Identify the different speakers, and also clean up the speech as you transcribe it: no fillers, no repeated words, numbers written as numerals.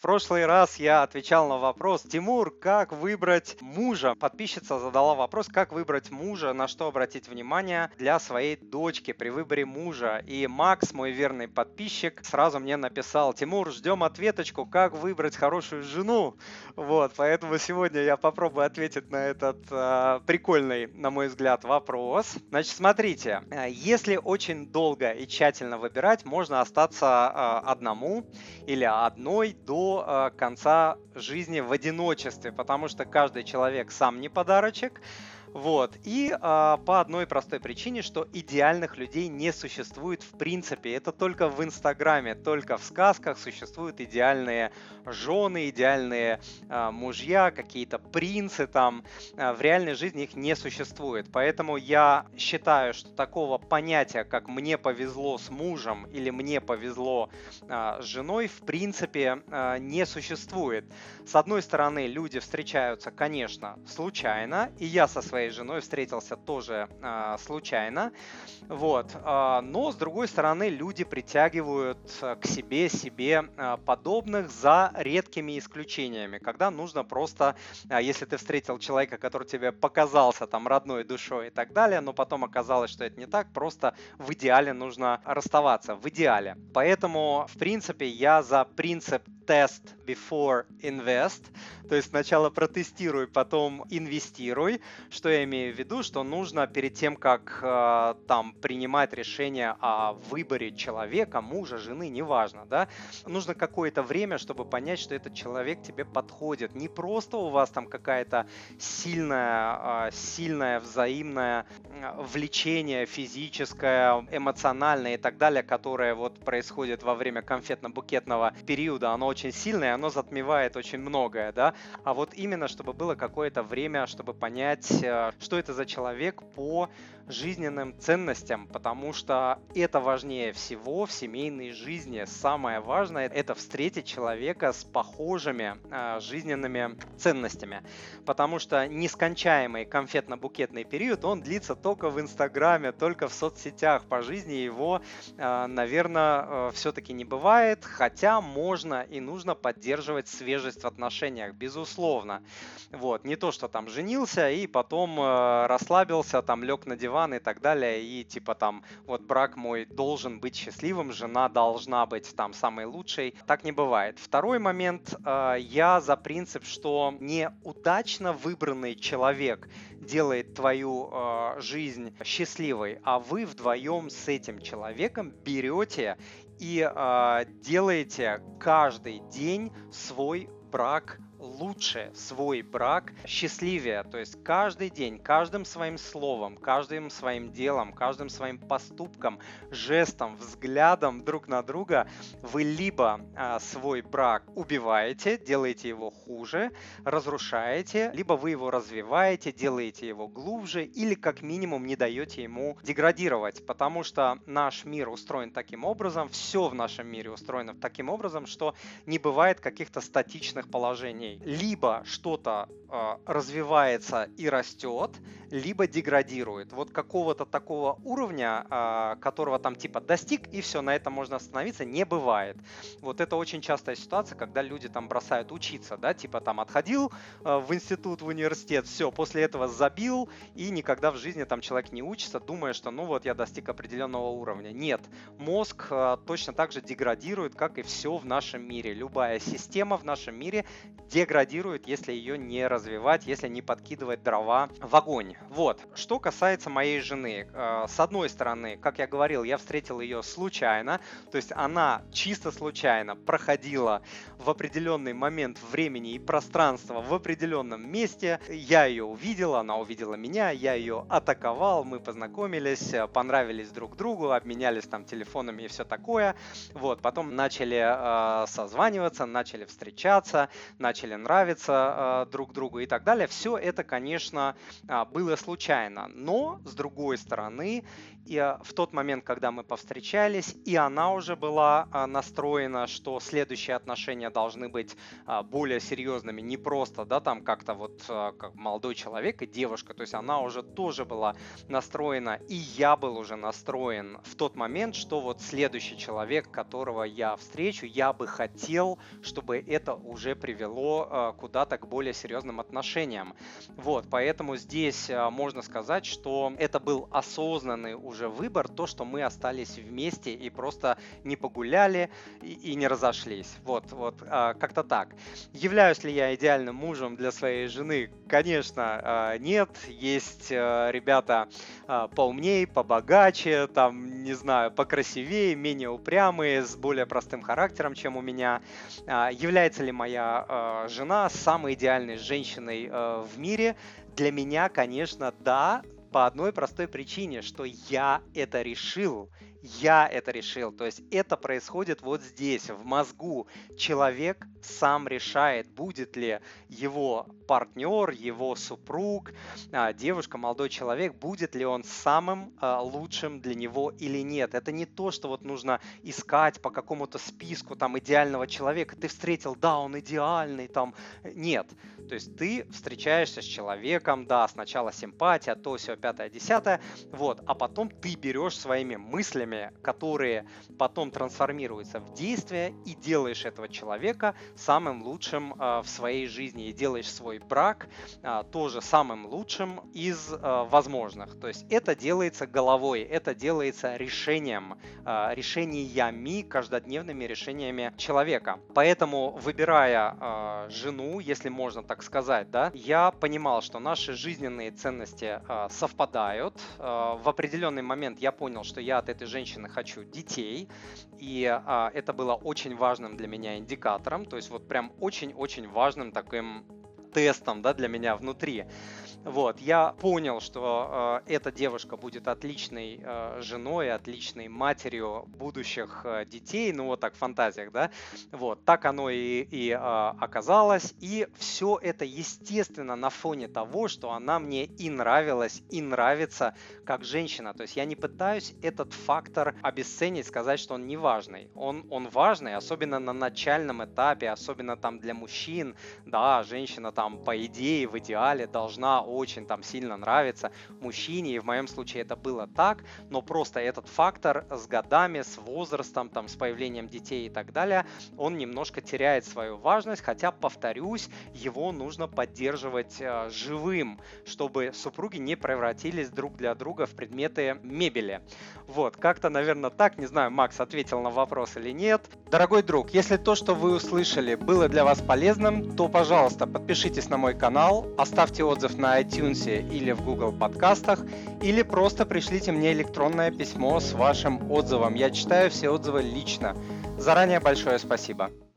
Speaker 1: прошлый раз я отвечал на вопрос, Тимур, как выбрать мужа? Подписчица задала вопрос, как выбрать мужа, на что обратить внимание для своей дочки при выборе мужа. И Макс, мой верный подписчик, сразу мне написал, Тимур, ждем ответочку, как выбрать хорошую жену. Вот, поэтому сегодня я попробую ответить на этот прикольный, на мой взгляд, вопрос. Значит, смотрите, если очень долго и тщательно выбирать, можно остаться одному или одной до конца жизни в одиночестве, потому что каждый человек сам не подарочек. Вот. И по одной простой причине, что идеальных людей не существует в принципе. Это только в Инстаграме, только в сказках существуют идеальные жены, идеальные мужья, какие-то принцы там. В реальной жизни их не существует. Поэтому я считаю, что такого понятия, как «мне повезло с мужем» или «мне повезло с женой», в принципе не существует. С одной стороны, люди встречаются, конечно, случайно, и я со своей женой встретился тоже случайно, вот. Но с другой стороны, люди притягивают к себе подобных за редкими исключениями, когда нужно просто, если ты встретил человека, который тебе показался там родной душой и так далее, но потом оказалось, что это не так, просто в идеале нужно расставаться, в идеале. Поэтому, в принципе, я за принцип test before invest, то есть сначала протестируй, потом инвестируй. Что я имею в виду? Что нужно перед тем, как там принимать решение о выборе человека, мужа, жены, неважно, да, нужно какое-то время, чтобы понять, что этот человек тебе подходит. Не просто у вас там какая-то сильное взаимное влечение физическое, эмоциональное и так далее, которое вот происходит во время конфетно-букетного периода, оно очень сильное, оно затмевает очень многое, да, а вот именно, чтобы было какое-то время, чтобы понять, что это за человек по жизненным ценностям, потому что это важнее всего в семейной жизни. Самое важное– это встретить человека с похожими жизненными ценностями, потому что нескончаемый конфетно-букетный период, он длится только в Инстаграме, только в соцсетях. По жизни его, наверное, все-таки не бывает, хотя можно и нужно поддерживать свежесть в отношениях, безусловно. Вот. Не то, что там женился и потом расслабился, там лег на диван и так далее, и типа там вот брак мой должен быть счастливым, жена должна быть там самой лучшей. Так не бывает. Второй момент, я за принцип, что неудачно выбранный человек делает твою жизнь счастливой, а вы вдвоем с этим человеком берете и делаете каждый день свой брак лучше, свой брак счастливее. То есть каждый день, каждым своим словом, каждым своим делом, каждым своим поступком, жестом, взглядом друг на друга вы либо свой брак убиваете, делаете его хуже, разрушаете, либо вы его развиваете, делаете его глубже или как минимум не даете ему деградировать. Потому что наш мир устроен таким образом, все в нашем мире устроено таким образом, что не бывает каких-то статичных положений. Либо что-то развивается и растет, либо деградирует. Вот какого-то такого уровня, которого там типа достиг, и все, на этом можно остановиться, не бывает. Вот это очень частая ситуация, когда люди там бросают учиться, да, типа там отходил в институт, в университет, все, после этого забил, и никогда в жизни там человек не учится, думая, что ну вот я достиг определенного уровня. Нет, мозг точно так же деградирует, как и все в нашем мире. Любая система в нашем мире деградирует, если ее не развивать, если не подкидывать дрова в огонь. Вот. Что касается моей жены. С одной стороны, как я говорил, я встретил ее случайно, то есть она чисто случайно проходила в определенный момент времени и пространства в определенном месте. Я ее увидел, она увидела меня, я ее атаковал, мы познакомились, понравились друг другу, обменялись там телефонами и все такое. Вот. Потом начали созваниваться, начали встречаться, влюбляться, начали нравиться друг другу и так далее. Все это, конечно, было случайно. Но, с другой стороны, в тот момент, когда мы повстречались, и она уже была настроена, что следующие отношения должны быть более серьезными, не просто, да, там как-то вот как молодой человек и девушка, то есть она уже тоже была настроена, и я был уже настроен в тот момент, что вот следующий человек, которого я встречу, я бы хотел, чтобы это уже привело куда-то к более серьезным отношениям. Вот, поэтому здесь можно сказать, что это был осознанный уже выбор, то, что мы остались вместе и просто не погуляли и не разошлись. Вот, как-то так. Являюсь ли я идеальным мужем для своей жены? Конечно, нет. Есть ребята поумнее, побогаче, там, не знаю, покрасивее, менее упрямые, с более простым характером, чем у меня. Является ли моя жена самой идеальной женщиной в мире? Для меня, конечно, да, по одной простой причине, что я это решил. Я это решил. То есть это происходит вот здесь, в мозгу. Человек сам решает, будет ли его партнер, его супруг, девушка, молодой человек, будет ли он самым лучшим для него или нет. Это не то, что вот нужно искать по какому-то списку там идеального человека. Ты встретил, да, он идеальный, там, нет. То есть ты встречаешься с человеком, да, сначала симпатия, то, сё, пятое, десятое, вот, а потом ты берешь своими мыслями, которые потом трансформируются в действия, и делаешь этого человека самым лучшим в своей жизни, и делаешь свой брак тоже самым лучшим из возможных. То есть это делается головой, это делается решениями, каждодневными решениями человека. Поэтому, выбирая жену, если можно так сказать, да, я понимал, что наши жизненные ценности совпадают. В определенный момент я понял, что я от этой женщины хочу детей, и это было очень важным для меня индикатором, то есть вот прям очень-очень важным таким тестом, да, для меня внутри. Вот, я понял, что эта девушка будет отличной женой, отличной матерью будущих детей, ну вот так в фантазиях, да, вот, так оно и оказалось, и все это, естественно, на фоне того, что она мне и нравилась, и нравится как женщина, то есть я не пытаюсь этот фактор обесценить, сказать, что он не важный, он важный, особенно на начальном этапе, особенно там для мужчин, да, женщина там по идее, в идеале должна очень там сильно нравиться мужчине, и в моем случае это было так, но просто этот фактор с годами, с возрастом, там, с появлением детей и так далее, он немножко теряет свою важность, хотя, повторюсь, его нужно поддерживать живым, чтобы супруги не превратились друг для друга в предметы мебели. Вот, как-то, наверное, так, не знаю, Макс ответил на вопрос или нет. Дорогой друг, если то, что вы услышали, было для вас полезным, то, пожалуйста, подпишитесь на мой канал, оставьте отзыв на iTunes или в Google подкастах, или просто пришлите мне электронное письмо с вашим отзывом. Я читаю все отзывы лично. Заранее большое спасибо.